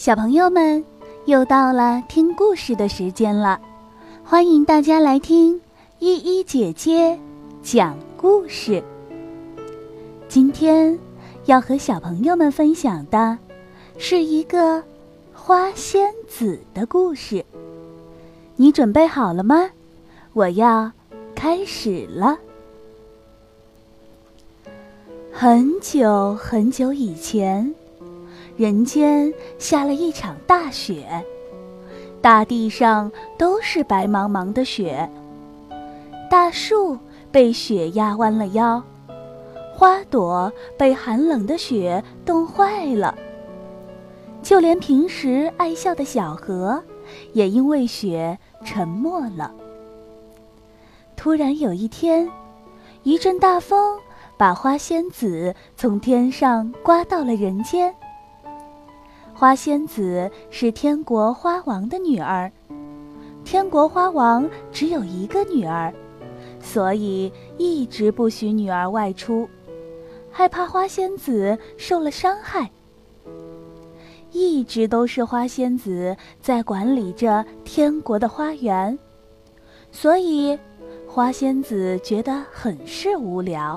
小朋友们，又到了听故事的时间了，欢迎大家来听依依姐姐讲故事。今天要和小朋友们分享的是一个花仙子的故事，你准备好了吗？我要开始了。很久很久以前，人间下了一场大雪，大地上都是白茫茫的雪，大树被雪压弯了腰，花朵被寒冷的雪冻坏了，就连平时爱笑的小河也因为雪沉没了。突然有一天，一阵大风把花仙子从天上刮到了人间。花仙子是天国花王的女儿，天国花王只有一个女儿，所以一直不许女儿外出，害怕花仙子受了伤害。一直都是花仙子在管理着天国的花园，所以花仙子觉得很是无聊。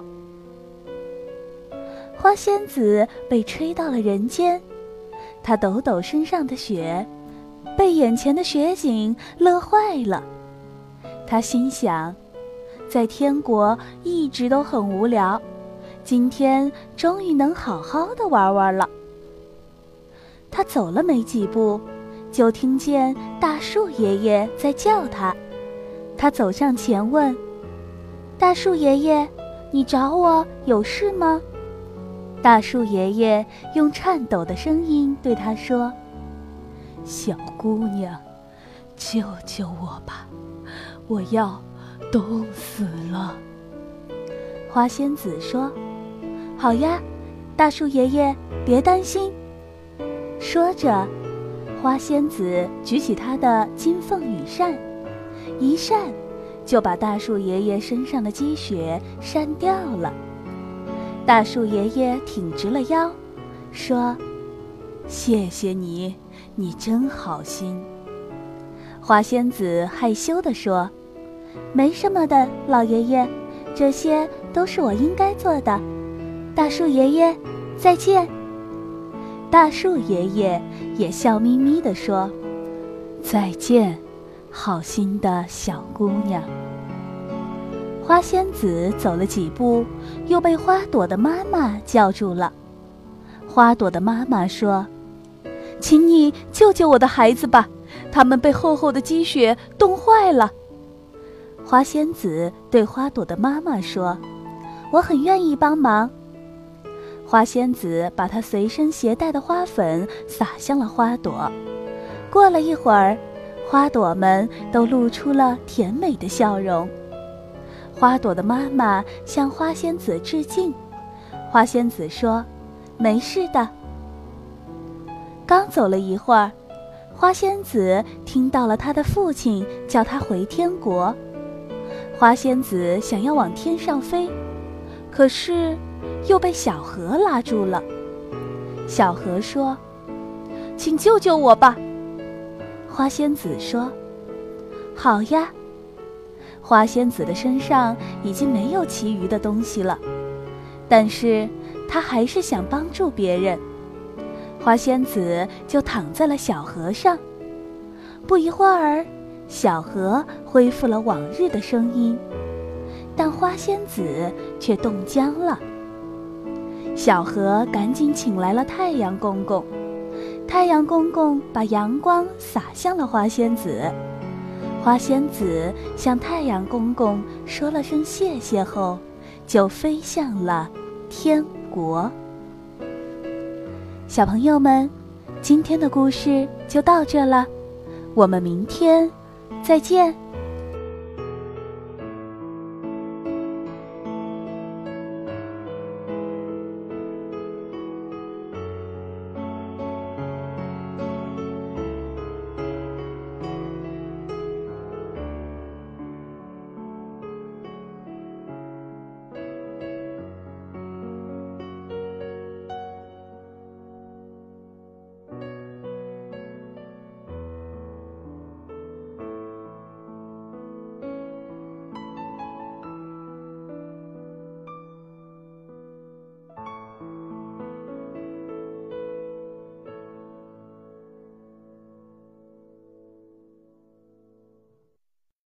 花仙子被吹到了人间，她抖抖身上的雪，被眼前的雪景乐坏了。她心想，在天国一直都很无聊，今天终于能好好的玩玩了。她走了没几步，就听见大树爷爷在叫她。她走上前问：大树爷爷，你找我有事吗？大树爷爷用颤抖的声音对她说：小姑娘，救救我吧，我要冻死了。花仙子说：好呀，大树爷爷，别担心。说着，花仙子举起她的金凤羽扇，一扇就把大树爷爷身上的积雪扇掉了。大树爷爷挺直了腰，说：谢谢你，你真好心。花仙子害羞地说：没什么的，老爷爷，这些都是我应该做的。大树爷爷，再见。大树爷爷也笑眯眯地说：再见，好心的小姑娘。花仙子走了几步，又被花朵的妈妈叫住了。花朵的妈妈说：请你救救我的孩子吧，他们被厚厚的积雪冻坏了。花仙子对花朵的妈妈说：我很愿意帮忙。花仙子把她随身携带的花粉撒向了花朵，过了一会儿，花朵们都露出了甜美的笑容。花朵的妈妈向花仙子致敬，花仙子说：没事的。刚走了一会儿，花仙子听到了她的父亲叫她回天国。花仙子想要往天上飞，可是又被小河拉住了。小河说：请救救我吧。花仙子说：好呀。花仙子的身上已经没有其余的东西了，但是她还是想帮助别人。花仙子就躺在了小河上，不一会儿，小河恢复了往日的声音，但花仙子却冻僵了。小河赶紧请来了太阳公公，太阳公公把阳光洒向了花仙子。花仙子向太阳公公说了声谢谢后，就飞向了天国。小朋友们，今天的故事就到这了，我们明天再见。